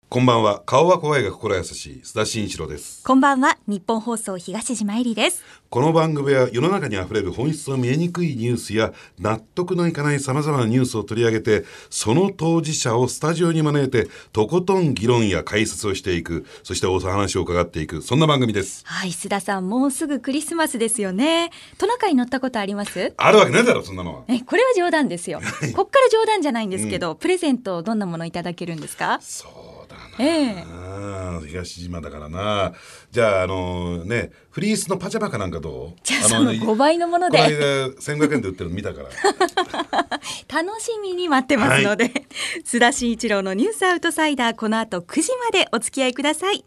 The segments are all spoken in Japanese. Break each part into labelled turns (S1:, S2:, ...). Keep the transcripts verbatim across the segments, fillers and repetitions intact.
S1: こんばんは。顔は怖いが心優しい須田慎一郎です。
S2: こんばんは。日本放送東島えりです。
S1: この番組は世の中にあふれる本質の見えにくいニュースや納得のいかない様々なニュースを取り上げて、その当事者をスタジオに招いてとことん議論や解説をしていく、そしてお話を伺っていく、そんな番組です。
S2: はい、須田さん、もうすぐクリスマスですよね。トナカイ乗ったことあります？
S1: あるわけないだろそんなのは。
S2: えこれは冗談ですよこっから冗談じゃないんですけど、うん、プレゼントどんなものいただけるんですか？
S1: そう
S2: ええ、
S1: 東島だからな。じゃあ、あのー、ねフリースのパジャマかなんかどう？
S2: じゃあそのごばいのもので
S1: この間せんごひゃくえんで売ってるの見たから
S2: 楽しみに待ってますので、はい、須田慎一郎のニュースアウトサイダー、この後くじまでお付き合いください。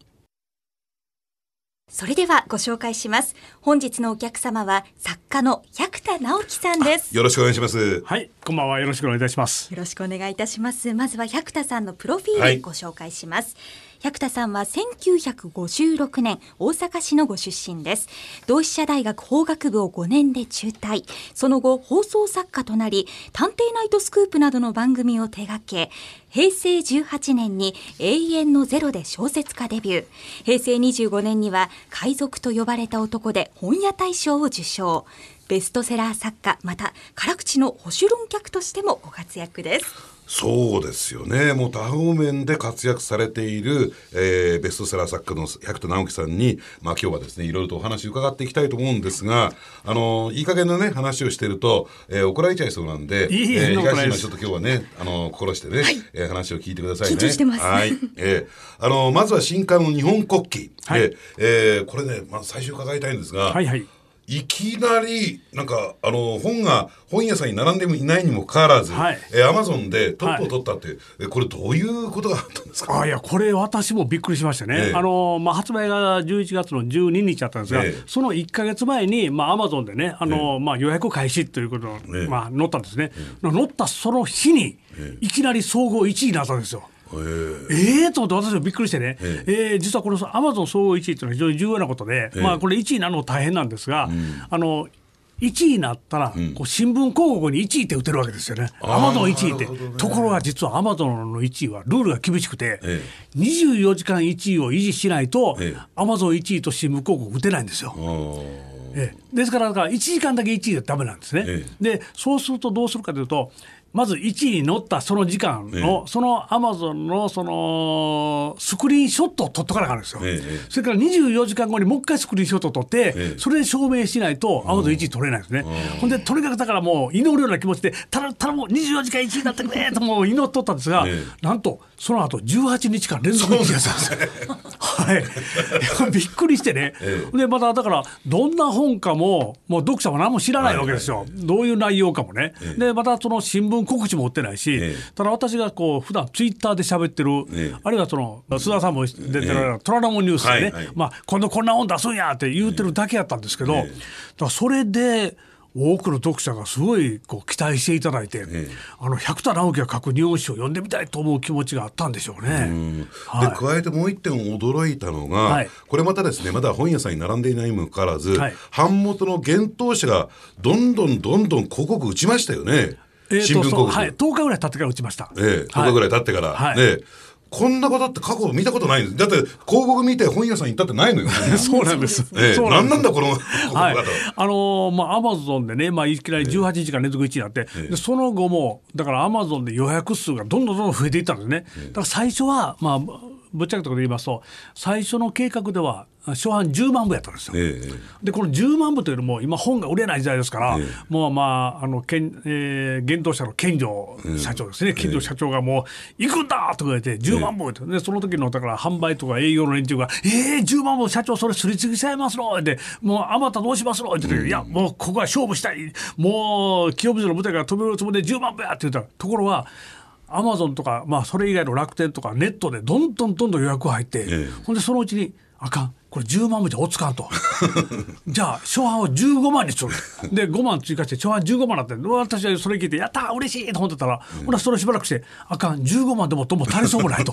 S2: それではご紹介します。本日のお客様は作家の百田直樹さんです。
S1: よろしくお願いします。
S3: はい、こんばんは。よろしくお願いいたします。
S2: よろしくお願いいたします。まずは百田さんのプロフィールご紹介します。はい、百田さんはせんきゅうひゃくごじゅうろくねん大阪市のご出身です。同志社大学法学部をごねんで中退。その後放送作家となり、探偵ナイトスクープなどの番組を手掛け、へいせいじゅうはちねんに永遠のゼロで小説家デビュー。へいせいにじゅうごねんには海賊と呼ばれた男で本屋大賞を受賞。ベストセラー作家、また辛口の保守論客としてもご活躍です。
S1: そうですよね。もう多方面で活躍されている、えー、ベストセラー作家の百田直樹さんに、まあ、今日はですねいろいろとお話を伺っていきたいと思うんですが、あのいい加減なね話をしていると、えー、怒られちゃいそうなんで、
S3: いいえー、
S1: 東島ちょっと今日はねあの心してね、はい、えー、話を聞いてくださいね。
S2: 緊張してます、
S1: はい、えー、あのまずは新刊の日本国旗、はい、えーえー、これね、まあ、最初伺いたいんですが、
S3: はいはい、
S1: いきなりなんかあの本が本屋さんに並んでもいないにもかかわらず、はい、えー、アマゾンでトップを取ったって、はい、えこれどういうことがあったんですか？
S3: あいやこれ私もびっくりしましたね。えー、あのまあ、発売がじゅういちがつのじゅうににちだったんですが、えー、そのいっかげつまえに、まあ、アマゾンでねあの、えーまあ、予約開始ということが、えーまあ、載ったんですね。えー、載ったその日に、えー、いきなり総合いちいになったんですよ。えー、えーと思って私もびっくりしてね、えーえー、実はこのアマゾン総合いちいというのは非常に重要なことで、えーまあ、これいちいになるのも大変なんですが、うん、あのいちいになったら、うん、こう新聞広告にいちいって打てるわけですよね。アマゾンいちいって、ね、ところが実はアマゾンのいちいはルールが厳しくて、ええ、にじゅうよじかんいちいを維持しないと、ええ、アマゾンいちいと新聞広告打てないんですよ。ええ、ですからだからいちじかんだけいちいでダメなんですね。ええ、でそうするとどうするかというと、まずいちいに乗ったその時間の、ええ、そのアマゾンのそのスクリーンショットを撮っとかなきゃなんですよ。ええ、それからにじゅうよじかんごにもう一回スクリーンショットを撮って、ええ、それで証明しないとアマゾンいちい取れないんですね。ほんでとにかくだからもう祈るような気持ちでただただもうにじゅうよじかんいちいになってくれともう祈っとったんですが、ええ、なんとその後じゅうはちにちかん連続いちいやったんですよ。はい、びっくりしてね、ええ、でまただからどんな本かももう読者も何も知らないわけですよ。はいはいはい、どういう内容かもね。ええ、でまたその新聞告知も売ってないし、ええ、ただ私がこう普段ツイッターで喋ってる、ええ、あるいはその須田さんも出てる虎ノ門ニュースでね、はいはい、まあ、今度こんな本出すんやって言ってるだけやったんですけど、ええ、だからそれで多くの読者がすごいこう期待していただいて、ええ、あの百田直樹が書く日本史を読んでみたいと思う気持ちがあったんでしょうね。うん、
S1: はい、で加えてもう一点驚いたのが、はい、これまたですねまだ本屋さんに並んでいないにもかかわらず、はい、版元の幻冬舎がどんどんどんどん広告打ちましたよね。
S3: えー、新聞広告、はい、とおかぐらい経ってから打ちました。
S1: ええ、とおかぐらい経ってから、はい、ね、こんなことって過去見たことないんです。だって広告見て本屋さん行ったってないのよ。
S3: そうなんです。
S1: ええ、何なんだこの広告
S3: はい、あのー、まあアマゾンでね、まあ、いきなりじゅうはちにちかん連続いちいになって、ええ、でその後もだからアマゾンで予約数がどんどんどんどん増えていったんですね。だから最初はまあぶっちゃけたこと言いますと、最初の計画では初版じゅうまんぶやったんですよ。ええ、でこのじゅうまんぶというのも今本が売れない時代ですから、ええ、もうまああのけん、えー、幻冬舎の健城社長ですね、ええ、健城社長がもう行くんだとか言ってじゅうまんぶって、でその時のだから販売とか営業の連中がえー、じゅうまんぶ社長それすりつぎちゃいますのって、もうあまたどうしますのって言って、うん、いやもうここは勝負したい、もう清水の舞台から飛び降りるつもりでじゅうまんぶやって言ったら、ところはアマゾンとか、まあ、それ以外の楽天とかネットでどんどんどんどん予約が入って、ええ、ほんでそのうちにあかんこれじゅうまんぶじゃ追っつかんとじゃあ初版をじゅうごまんにするでごまん追加して初版じゅうごまんになって、私はそれ聞いてやったー嬉しいと思ってたら、うん、ほらそれしばらくしてあかんじゅうごまんでもとも足りそうもないと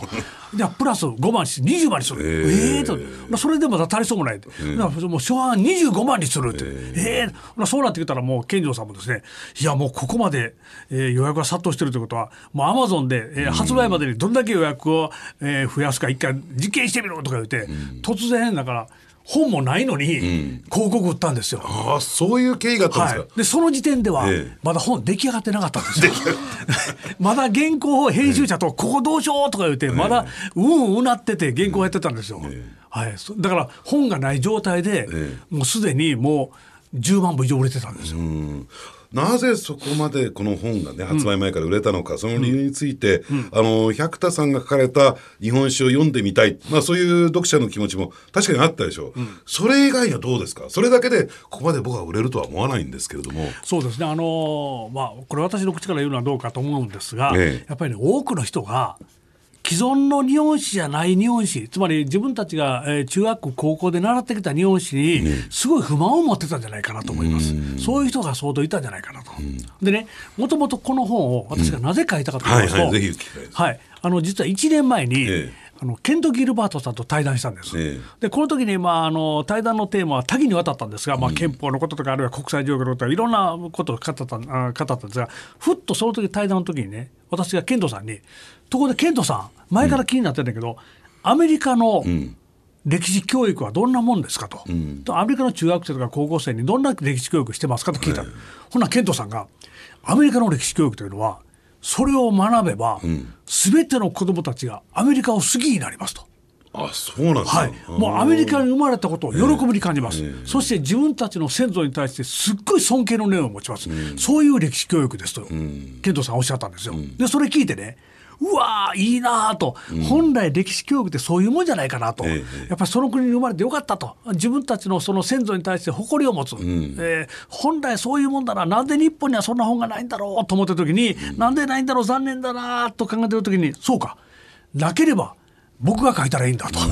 S3: じゃあプラスごまんにしてにじゅうまんにする、ええー、とそれでも足りそうもない、えー、だからもう初版にじゅうごまんにするって、えー、えー、そうなってきたらもう健丈さんもですね、いやもうここまで、えー、予約が殺到してるということはもうアマゾンで、えー、発売までにどんだけ予約を、えー、増やすか一回実験してみろとか言って、うん、突然だから本もないのに広告売ったんですよ、
S1: うん、ああそういう経緯があったんですか、
S3: はい、でその時点ではまだ本出来上がってなかったんですよ、ええ、まだ原稿を編集者とここどうしようとか言ってまだうんうなってて原稿やってたんですよ、ええ、はい、だから本がない状態で、ええ、もうすでにもうじゅうまんぶ以上売れてたんですよ。うん、
S1: なぜそこまでこの本がね発売前から売れたのか、うん、その理由について、うん、あの百田さんが書かれた日本史を読んでみたい、まあ、そういう読者の気持ちも確かにあったでしょう、うん、それ以外はどうですか。それだけでここまで僕は売れるとは思わないんですけれども。
S3: そうですね、あのーまあ、これ私の口から言うのはどうかと思うんですが、ええ、やっぱりね多くの人が既存の日本史じゃない日本史、つまり自分たちが、えー、中学高校で習ってきた日本史にすごい不満を持ってたんじゃないかなと思います、うん、そういう人が相当いたんじゃないかなと、うん、でね、もともとこの本を私がなぜ書いたかと言いますと、うん、はいはい、ぜひ聞きたいです、はい、あの実はいちねんまえに、ええ、あのケント・ギルバートさんと対談したんです、ええ、でこの時に、まあ、あの対談のテーマは多岐にわたったんですが、まあ、憲法のこととかあるいは国際状況のこととかいろんなことを語った、語ったんですが、ふっとその時対談の時にね、私がケントさんにところでケントさん前から気になってるんだけど、うん、アメリカの歴史教育はどんなもんですかと、うん、アメリカの中学生とか高校生にどんな歴史教育してますかと聞いた、うん、ほなケントさんがアメリカの歴史教育というのはそれを学べば、うん、全ての子どもたちがアメリカを好きになりますと。
S1: あ、そうなんですか、
S3: はい、もうアメリカに生まれたことを喜びに感じます、えーえー、そして自分たちの先祖に対してすっごい尊敬の念を持ちます、うん、そういう歴史教育ですと、うん、ケントさんおっしゃったんですよ、うん、でそれ聞いてね、うわーいいなと、うん、本来歴史教育ってそういうもんじゃないかなと、えー、やっぱりその国に生まれてよかったと、自分たちのその先祖に対して誇りを持つ、うん、えー、本来そういうもんだな、なんで日本にはそんな本がないんだろうと思った時に、うん、なんでないんだろう残念だなと考えてる時に、そうかなければ僕が書いたらいいんだと、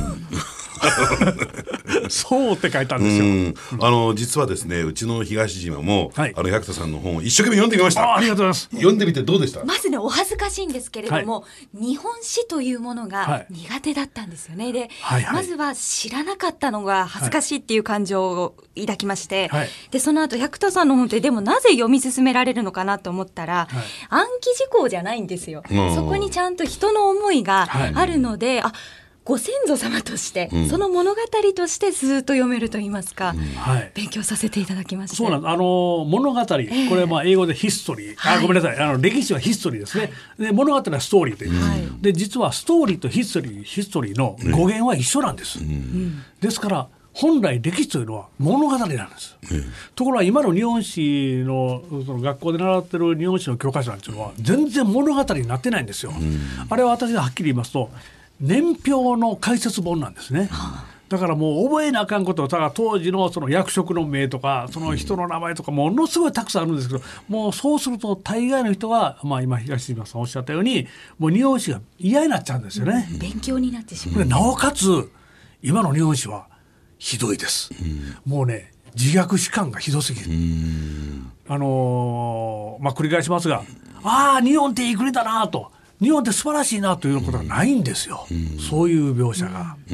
S3: うん、そうって書いたんですよ、
S1: うん、あの実はですね、うちの東島も、はい、あの百田さんの本を一生懸命読んでみました。
S3: あ, ありがとうございます。
S1: 読んでみてどうでした？
S2: まずね、お恥ずかしいんですけれども、はい、日本史というものが苦手だったんですよね。で、はいはい、まずは知らなかったのが恥ずかしいっていう感情を抱きまして、はい、でその後百田さんの本ってでもなぜ読み進められるのかなと思ったら、はい、暗記事項じゃないんですよ、うん、そこにちゃんと人の思いがあるので、はい、あご先祖様として、うん、その物語としてずっと読めるといいますか、うんはい、勉強させていただきました。
S3: そうなんです、あの物語、えー、これはまあ英語でヒストリー、はい、あごめんなさい、あの歴史はヒストリーですね、はい、で物語はストーリーという、はい、で実はストーリーとヒストリーヒストリーの語源は一緒なんです、うん、ですから本来歴史というのは物語なんです、うん、ところが今の日本史 の, その学校で習ってる日本史の教科書なんていうのは全然物語になってないんですよ、うん、あれは私がはっきり言いますと年表の解説本なんですね、はあ、だからもう覚えなあかんことを、だから当時 の, その役職の名とかその人の名前とかものすごいたくさんあるんですけど、もうそうすると大概の人は、まあ、今東島さんおっしゃったようにもう日本史が嫌になっちゃうんですよね、
S2: うん、勉強になってしまう。
S3: なおかつ今の日本史はひどいです、うん、もうね自虐史観がひどすぎる、うん、あのーまあ、繰り返しますが、ああ日本っていい国だなと、日本って素晴らしいなということはないんですよ、うん、そういう描写が、
S1: うん、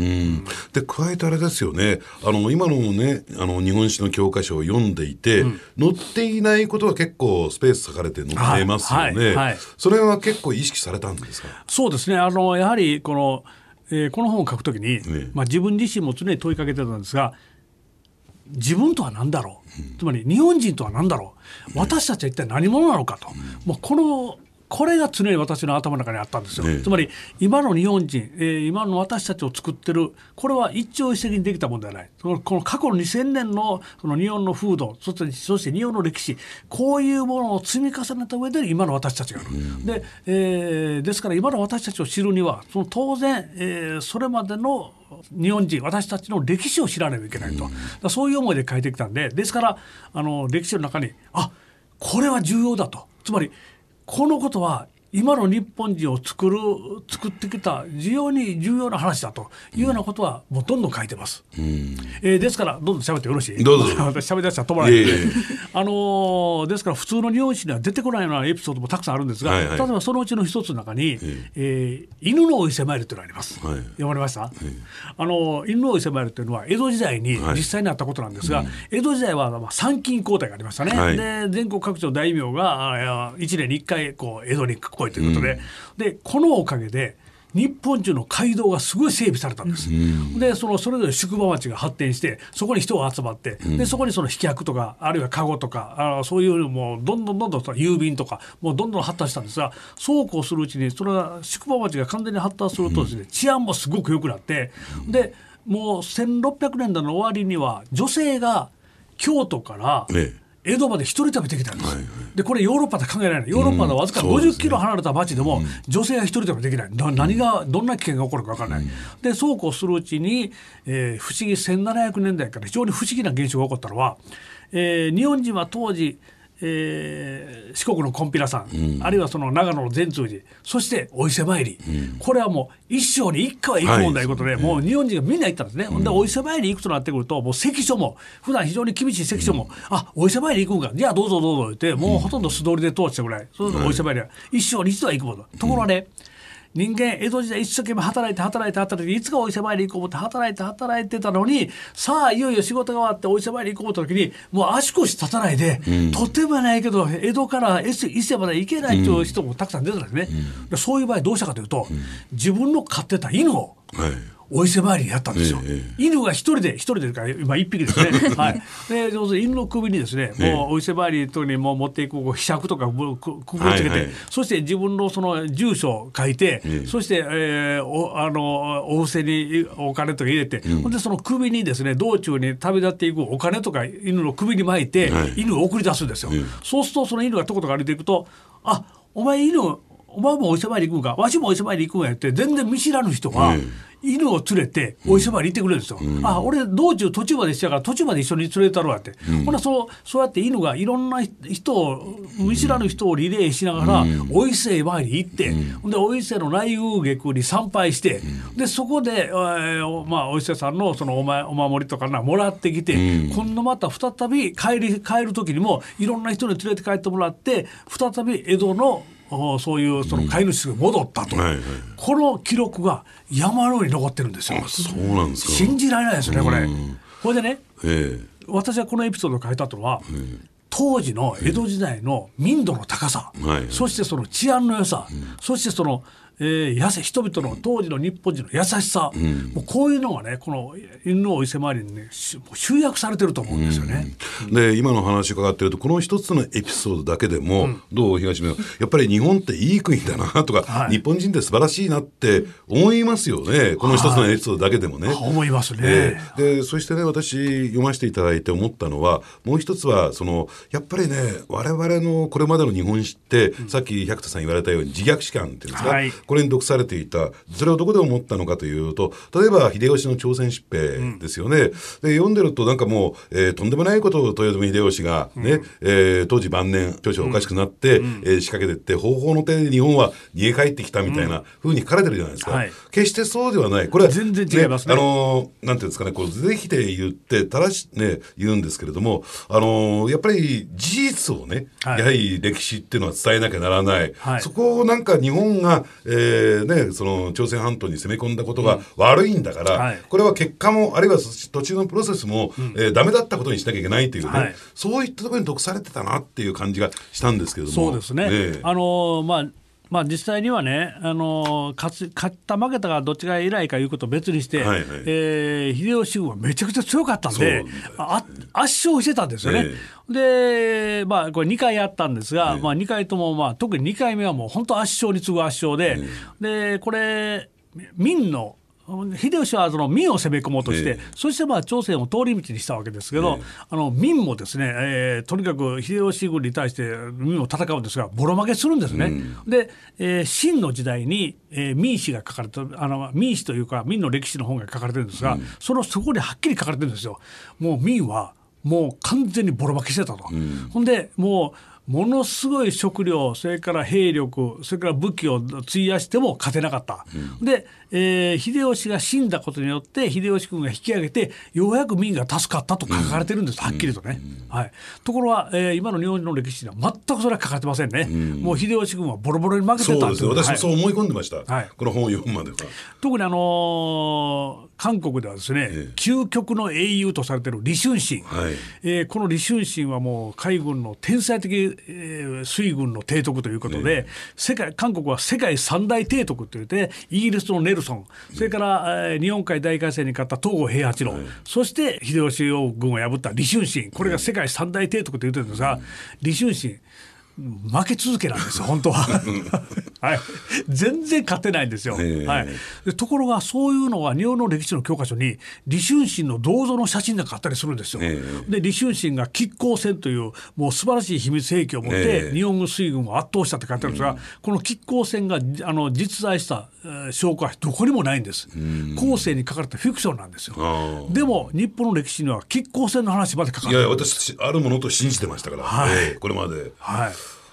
S1: で加えてあれですよね、あの今のねあの日本史の教科書を読んでいて、うん、載っていないことは結構スペース割かれて載っていますよね、はいはい、それは結構意識されたんですか？
S3: そうですね、あのやはりこの、えー、この本を書くときに、ねまあ、自分自身も常に問いかけてたんですが、自分とは何だろう、うん、つまり日本人とは何だろう、私たちは一体何者なのかと、うん、もうこのこれが常に私の頭の中にあったんですよ、ね、つまり今の日本人、えー、今の私たちを作ってるこれは一朝一夕にできたものではない、そのこの過去のにせんねん の, その日本の風土、そしてそして日本の歴史、こういうものを積み重ねた上で今の私たちがある、うん、で, えー、ですから今の私たちを知るにはその当然、えー、それまでの日本人私たちの歴史を知らなきゃいけないと、うん、だそういう思いで書いてきたんで、ですからあの歴史の中にあこれは重要だと、つまりこのことは今の日本人を作る作ってきた非常に重要な話だというようなことはもうどんどん書いてます、うんえー、ですからどんどん喋ってよろしい？
S1: どうぞ。
S3: 私喋り出したら止まらない、えーあのー、ですから普通の日本史には出てこないようなエピソードもたくさんあるんですが、はいはい、例えばそのうちの一つの中に、えーえー、犬のお伊勢参りというのがあります、はい、読まれました、はい、あの犬のお伊勢参りというのは江戸時代に実際にあったことなんですが、はいうん、江戸時代はまあ参勤交代がありましたね、はい、で全国各地の大名がいちねんにいっかいこう江戸に来いということで、うんでこのおかげで日本中の街道がすごい整備されたんです、うん、でそのそれぞれ宿場町が発展してそこに人が集まって、うん、でそこにその飛脚とかあるいはカゴとかあそういうのもどんどんどんどん郵便とかもうどんどん発達したんですがそうこうするうちにそれが宿場町が完全に発達するとですね、うん、治安もすごく良くなって、うん、でもうせんろっぴゃくねんだいの終わりには女性が京都から、ね江戸まで一人旅できたんです、はいはい、でこれヨーロッパで考えられないヨーロッパのわずかごじゅっキロ離れた町でも女性が一人旅できないだ何がどんな危険が起こるか分からない、うん、でそうこうするうちに、えー、不思議せんななひゃくねんだいから非常に不思議な現象が起こったのは、えー、日本人は当時えー、四国の金毘羅山、うん、あるいはその長野の善通寺そしてお伊勢参り、うん、これはもう一生に一回は行くもんだということで、はい、もう日本人がみんな行ったんですね、うん、でお伊勢参り行くとなってくるともう関所も普段非常に厳しい関所も、うん、あお伊勢参り行くんかじゃあどうぞどうぞ言ってもうほとんど素通りで通したぐらい、うん、そうするとお伊勢参りは一生に一度は行くもの、うん、ところがね人間江戸時代一生懸命働いて働いて働いていつかお伊勢参り行こうと思って働いて働いてたのにさあいよいよ仕事が終わってお伊勢参り行こうと時にもう足腰立たないで、うん、とてもないけど江戸から伊勢まで行けないという人もたくさん出てたんですね、うん、そういう場合どうしたかというと、うん、自分の飼ってた犬を、はいお伊勢参りやったんですよ、ええ、犬が一人で一人でか今一匹ですね、はい、で犬の首にですね、ええ、もうお伊勢参りの時にもう持っていくこうひしゃくとかくくくりつけて、はいはい、そして自分のその住所を書いて、ええ、そして、えー、おあのお布施にお金とか入れて、うん、でその首にですね道中に旅立っていくお金とか犬の首に巻いて、はい、犬を送り出すんですよ、ええ、そうするとその犬がとことか歩いていくとあお前犬お前もお伊勢参り行くんかわしもお伊勢参り行くんやって全然見知らぬ人は、ええ犬を連れてお伊勢参り行ってくれるんですよ、うん、あ俺道中途中までしたから途中まで一緒に連れてたろうやって、うん、ほなそうそうやって犬がいろんな人を見知らぬ人をリレーしながら、うん、お伊勢参り行って、うん、でお伊勢の内宮下に参拝して、うん、でそこで、えーまあ、お伊勢さんのその お, まお守りとかなもらってきて、うん、今度また再び帰り帰る時にもいろんな人に連れて帰ってもらって再び江戸のそういうその飼い主が戻ったと、うんはいはい、この記録が山のように残ってるんですよ。
S1: あ、そうなんですか。
S3: 信じられないですよねこれ、うん、これでね、
S1: えー、
S3: 私はこのエピソードを書いたのは、えー、当時の江戸時代の民度の高さ、えー、そしてその治安の良さ、うん、そしてそのえー、やせ人々の当時の日本人の優しさ、うん、もうこういうのがねこの犬のお伊勢参りに、ね、集約されてると思うんですよね、
S1: うん、で今の話伺ってるとこの一つのエピソードだけでも、うん、どう東村やっぱり日本っていい国だなとか、はい、日本人って素晴らしいなって思いますよねこの一つのエピソードだけでもね、はい、
S3: 思いますね、
S1: えー、でそしてね私読ませていただいて思ったのはもう一つはそのやっぱりね我々のこれまでの日本史って、うん、さっき百田さん言われたように自虐史観っていうんですか、はい、これに毒されていたそれをどこで思ったのかというと例えば秀吉の朝鮮出兵ですよね、うん、で読んでるとなんかもう、えー、とんでもないことを豊臣秀吉が、ねうんえー、当時晩年少々おかしくなって、うんえー、仕掛けてって方法の手で日本は逃げ帰ってきたみたいな風に書かれてるじゃないですか、うんはい、決してそうではないこれは、
S3: 全然違いますね、
S1: あのー、なんていうんですかねこうぜひで言って正し、ね、言うんですけれども、あのー、やっぱり事実をね、はい、やはり歴史っていうのは伝えなきゃならない、はい、そこをなんか日本が、えーね、その朝鮮半島に攻め込んだことが悪いんだから、うんはい、これは結果もあるいは途中のプロセスも、うんえー、ダメだったことにしなきゃいけないというね、はい、そういったところに毒されてたなっていう感じがしたんですけれども
S3: そうですね、えー、あのー、まあまあ、実際にはね、あの勝勝った負けたがどっちが偉いかいうことを別にして、はいはいえー、秀吉軍はめちゃくちゃ強かったんであ圧勝してたんですよね、えー、で、まあ、これにかいやったんですが、えーまあ、にかいとも、まあ、特ににかいめはもう本当圧勝に次ぐ圧勝で、えー、でこれ明の秀吉はその明を攻め込もうとして、えー、そしてまあ朝鮮を通り道にしたわけですけど、えー、あの明もですね、えー、とにかく秀吉軍に対して明も戦うんですがボロ負けするんですね、うん、で、えー、清の時代に、えー、明史が書かれてあの明史というか明の歴史の本が書かれてるんですが、うん、そのそこにはっきり書かれてるんですよ。もう明はもう完全にボロ負けしてたと、うん、ほんでもうものすごい食料、それから兵力、それから武器を費やしても勝てなかった、うん、で、えー、秀吉が死んだことによって秀吉軍が引き上げてようやく民が助かったと書かれてるんです、うん、はっきりとね、うん、はい、ところが、えー、今の日本の歴史には全くそれは書かれてませんね、うん、もう秀吉軍はボロボロに負けてたんですよ。
S1: そうですね、私もそう思い込んでました、はい、この本を読むまでは。
S3: 特にあのー、韓国ではですね、ええ、究極の英雄とされている李承信、はい、えー、この李承信はもう海軍の天才的、えー、水軍の提督ということで、ええ、世界韓国は世界三大提督といってイギリスのネルソン、それから、えー、日本海大海戦に勝った東郷平八郎、はい、そして秀吉軍を破った李承信、これが世界三大提督と言ってるんですが、李承信負け続けなんですよ本当は、はい、全然勝てないんですよ、はい、でところがそういうのは日本の歴史の教科書に李承信の銅像の写真なんかあったりするんですよ。で李承信が亀甲戦というもう素晴らしい秘密兵器を持って日本水軍を圧倒したって書いてあるんですが、この亀甲戦があの実在した、えー、証拠はどこにもないんです。後世に書かれたフィクションなんですよ。でも日本の歴史には亀甲戦の話まで書かれてる。
S1: いや私あるものと信じてましたから、はい、えー、これまで、はい、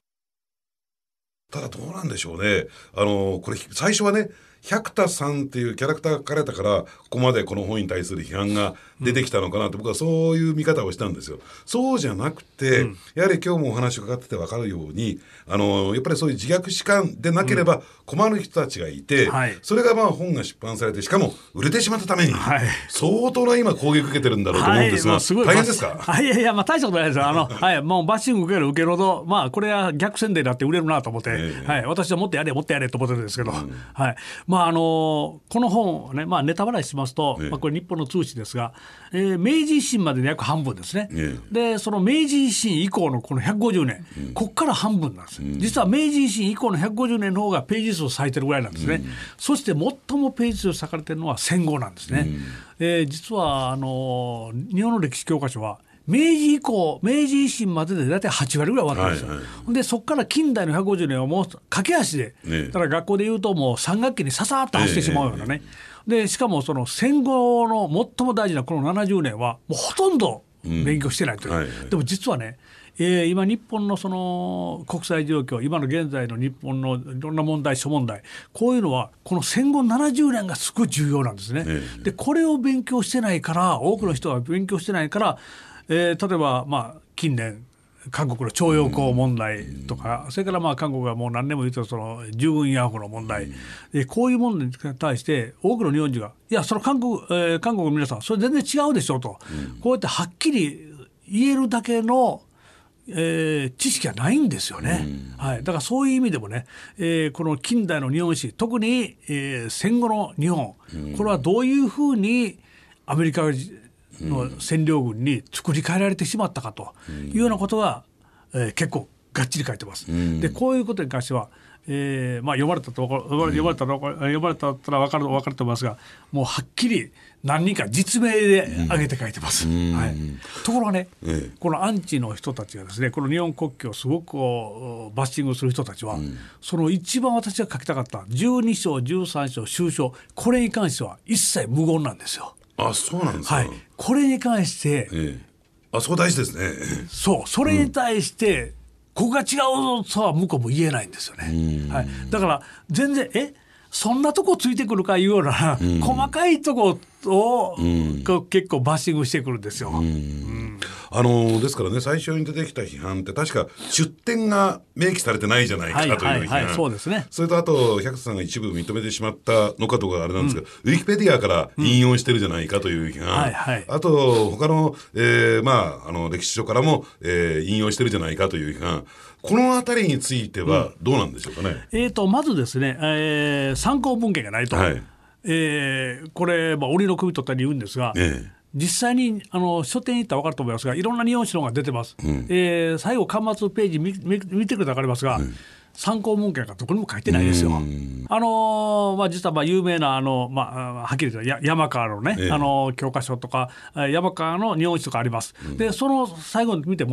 S1: ただどうなんでしょうね。あのこれ最初はね百田さんっていうキャラクターが書かれたからここまでこの本に対する批判が出てきたのかなと、僕はそういう見方をしたんですよ。そうじゃなくて、うん、やはり今日もお話を伺ってて分かるようにあのやっぱりそういう自虐史観でなければ困る人たちがいて、うん、はい、それがまあ本が出版されてしかも売れてしまったために、はい、相当な今攻撃受けてるんだろうと思うんですが、はい、す大変ですか？
S3: いやいや、まあ、大したことないですよ。あの、はい、もうバッシング受ける受けるほど、まあ、これは逆宣伝だって売れるなと思って、えーはい、私はもっとやれもっとやれと思ってるんですけど、うん、はい、まああのこの本をね、まあ、ネタバラシしますと、えーまあ、これ日本の通史ですが、えー、明治維新までの約半分ですね、えー、でその明治維新以降のこのひゃくごじゅうねん、うん、こっから半分なんです、うん、実は明治維新以降のひゃくごじゅうねんの方がページ数を割いてるぐらいなんですね、うん、そして最もページ数を割かれてるのは戦後なんですね、うん、えー、実はあの日本の歴史教科書は明治以降、明治維新までで大体はちわりぐらい終わったんですよ、はいはい、でそこから近代のひゃくごじゅうねんをもう駆け足で、ね、だから学校でいうともうさん学期にささっと走ってしまうようなね、えー、でしかもその戦後の最も大事なこのななじゅうねんはもうほとんど勉強してないという、うんはいはい、でも実はね、えー、今日本のその国際状況、今の現在の日本のいろんな問題諸問題、こういうのはこの戦後ななじゅうねんがすごい重要なんですね、えー、でこれを勉強してないから、多くの人が勉強してないから、えー、例えばまあ近年韓国の徴用工問題とか、それからまあ韓国がもう何年も言うとその従軍慰安婦の問題、でこういう問題に対して多くの日本人がいやその韓国、えー、韓国の皆さんそれ全然違うでしょと、こうやってはっきり言えるだけのえー、知識はないんですよね、はい、だからそういう意味でもね、えー、この近代の日本史、特に、えー、戦後の日本、これはどういうふうにアメリカの占領軍に作り変えられてしまったかというようなことが、えー、結構がっちり書いてます。でこういうことに関しては、えーまあ、読まれたと読まれたと読まれたら分かる分かると思いますが、もうはっきり何人か実名で挙げて書いてます、うんはい、ところがね、ええ、このアンチの人たちがですね、この日本国旗をすごくこうバッシングする人たちは、うん、その一番私が書きたかったじゅうに章じゅうさん章終章、これに関しては一切無言なんですよ。
S1: あ、そうなんですか、
S3: はい、これに関して、
S1: ええ、あ、そこ大事ですね。
S3: そう、それに対して、うん、ここが違うとは向こうも言えないんですよね、はい、だから全然えそんなとこついてくるかいうような、うん、細かいとこを、うん、結構バッシングしてくるんですよ、うんうん、
S1: あのですからね、最初に出てきた批判って確か出典が明記されてないじゃないかという批判、はいはいはい、そうですね。それとあと百田さんが一部認めてしまったのかとかあれなんですが、うん、ウィキペディアから引用してるじゃないかという批判、うんはいはい、あと他の、えーまあ、あの歴史書からも、えー、引用してるじゃないかという批判、このあたりについてはどうなんでしょうかね。
S3: うんえー、とまずですね、えー、参考文献がないと、はいえー、これ、まあ、折の首取ったり言うんですが、ええ、実際にあの書店に行ったら分かると思いますが、いろんな日本史のが出てます、うんえー、最後巻末ページ 見, 見, 見てくれたら分かりますが、うん、参考文献がどこにも書いてないですよ。あのーまあ、実はまあ有名なあの、まあ、はっきり言って山川のね、ええ、あの教科書とか山川の日本史とかあります、うん、でその最後に見ても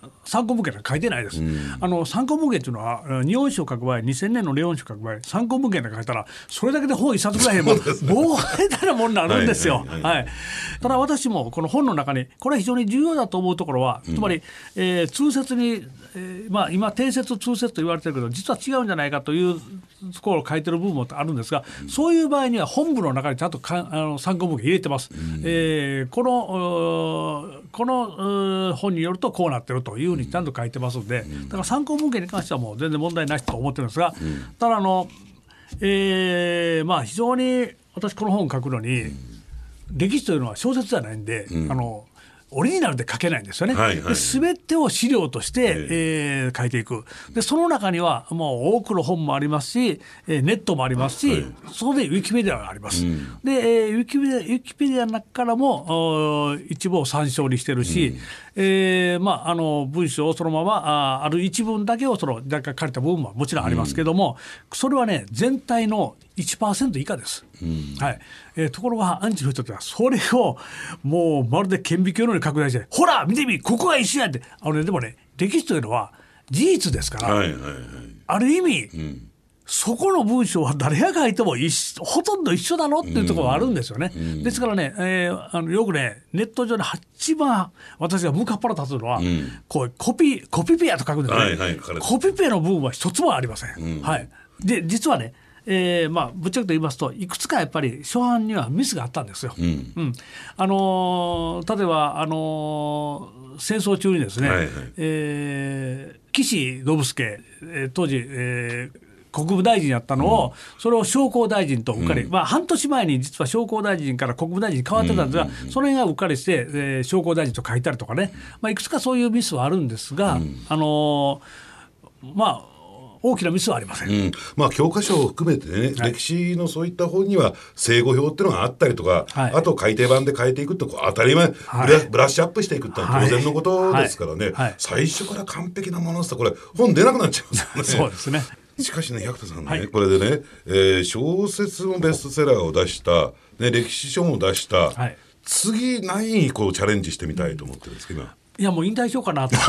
S3: 参考文献なんか書いてないです、うん、あの参考文献というのは日本史を書く場合にせんねんの日本史を書く場合参考文献なんか書いたらそれだけで本一冊ぐらいも膨大なものになるんですよ。ただ私もこの本の中にこれは非常に重要だと思うところは、うん、つまり、えー、通説に、えーまあ、今定説通説と言われてるけど実は違うんじゃないかというところを書いてる部分もあるんですが、うん、そういう場合には本部の中にちゃんとかあの参考文献入れてます、うんえー、このこの本によるとこうなってるというふうにちゃんと書いてますので、うん、だから参考文献に関してはもう全然問題なしと思ってるんですが、うん、ただあの、えーまあ、非常に私この本を書くのに、うん、歴史というのは小説じゃないんで、うん、あのオリジナルで書けないんですよね、はいはい、で全てを資料として、えー、書いていく。でその中にはもう多くの本もありますし、えー、ネットもありますし、はい、そこでウィキペディアがあります、うん、で、えー、ウィキペディア、ウィキペディアの中からも一部を参照にしてるし、うんえーまあ、あの文章をそのまま あ, ある一文だけをその若干借りた部分ももちろんありますけども、うん、それはね全体の いちパーセント 以下です、うんはいえー、ところがアンチの人ってはそれをもうまるで顕微鏡のように拡大してほら見てみここが一緒やってあの、ね、でもね歴史というのは事実ですから、はいはいはい、ある意味、うんそこの文章は誰が書いても一ほとんど一緒だろっていうところがあるんですよね、うん、ですからね、えー、あのよくねネット上で一番私がムカッパラ立つのは、うん、こうコピコピペアと書くんですね、はいはい、コピペの部分は一つもありません、うんはい、で実はねえーまあ、ぶっちゃけと言いますといくつかやっぱり初版にはミスがあったんですよ、うんうんあのー、例えば、あのー、戦争中にですね、はいはいえー、岸信介、えー、当時、えー国務大臣やったのを、うん、それを商工大臣とうっかり、うんまあ、半年前に実は商工大臣から国務大臣に変わってたんですが、うんうんうん、その辺がうっかりして、えー、商工大臣と書いたりとかね、まあ、いくつかそういうミスはあるんですが、うん、あのー、まあ大きなミスはありません、
S1: うんまあ、教科書を含めてね、はい、歴史のそういった本には正誤表っていうのがあったりとか、はい、あと改訂版で変えていくと当たり前、はい、ブ, ラブラッシュアップしていくってのは当然のことですからね、はいはいはい、最初から完璧なものですとこれ本出なくなっちゃいますよね。そうですね。しかしね百田さんね、はい、これでね、えー、小説のベストセラーを出した、ね、歴史書も出した、はい、次何にこうチャレンジしてみたいと思ってるんですけど、
S3: いやもう引退しようかなと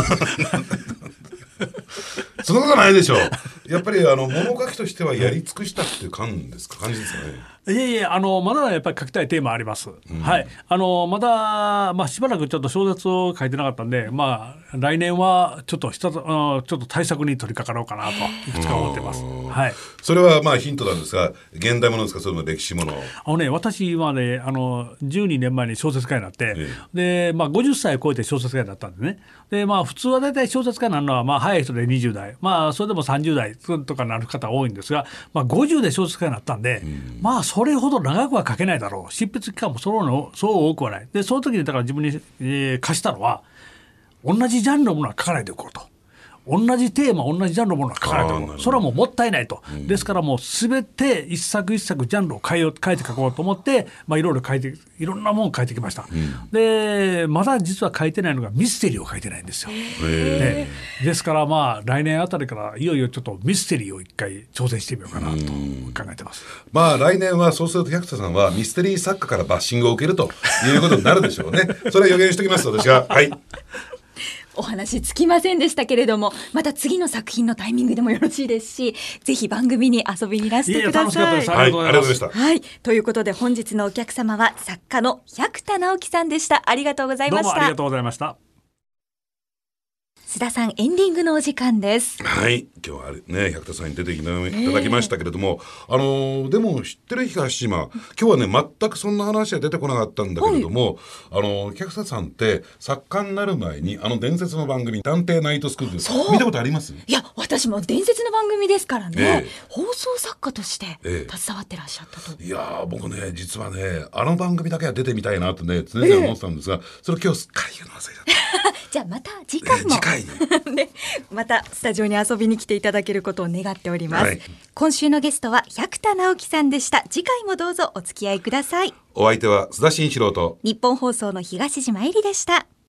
S1: そんなことないでしょう。やっぱりあの物書きとしてはやり尽くしたっていう感ですか、感じですかね。
S3: いえいえあのまだやっぱり書きたいテーマあります、うんはい、あのまだ、まあ、しばらくちょっと小説を書いてなかったんで、まあ、来年はちょっと一つちょっと対策に取り掛かろうかなといくつか思ってます、はい、
S1: それはまあヒントなんですが現代ものですかそれも歴史もの。
S3: あの、ね、私はねあのじゅうにねんまえに小説家になって、ええでまあ、ごじゅっさいを超えて小説家になったんでねで、まあ、普通はだいたい小説家になるのは、まあ、早い人でにじゅう代、まあ、それでもさんじゅう代とかになる方多いんですが、まあ、ごじゅうで小説家になったんで、うん、まあそれほど長くは書けないだろう執筆期間もそうのそう多くはないでその時にだから自分に、えー、課したのは同じジャンルのものは書かないでおこうと同じテーマ同じジャンルのものは書かないと思うそれはもうもったいないと、うん、ですからもう全て一作一作ジャンルを変えよう変えて書こうと思って、まあ、いろいろ書いていろんなものを書いてきました、うん、でまだ実は書いてないのがミステリーを書いてないんですよ、ね、ですからまあ来年あたりからいよいよちょっとミステリーを一回挑戦してみようかなと考えてます、
S1: うん、まあ来年はそうすると百田さんはミステリー作家からバッシングを受けるということになるでしょうねそれは予言しておきます私がはい
S2: お話つきませんでしたけれどもまた次の作品のタイミングでもよろしいですしぜひ番組に遊びにいらしてください。
S1: いや楽しかったです。ありがとうございました、
S2: はい、ということで本日のお客様は作家の百田直樹さんでした。ありがとうございました。
S3: どうもありがとうございました。
S2: 須田さんエンディングのお時間です。
S1: はい今日はね百田さんに出ていただきましたけれども、えー、あのー、でも知ってる東島今日はね全くそんな話は出てこなかったんだけれども、はい、あのー、百田さんって作家になる前にあの伝説の番組探偵ナイトスクール見たことあります？
S2: いや私も伝説の番組ですからね、えー、放送作家として携わってらっしゃったと、
S1: えー、いや僕ね実はねあの番組だけは出てみたいなとね常々思ってたんですが、えー、それを今日すっかり言うの忘れちゃった
S2: じゃあまた次回も、えー、次回にね、またスタジオに遊びに来ていただけることを願っております、はい、今週のゲストは百田直樹さんでした。次回もどうぞお付き合いください。
S1: お相手は須田慎一郎と
S2: 日本放送の東島えりでした。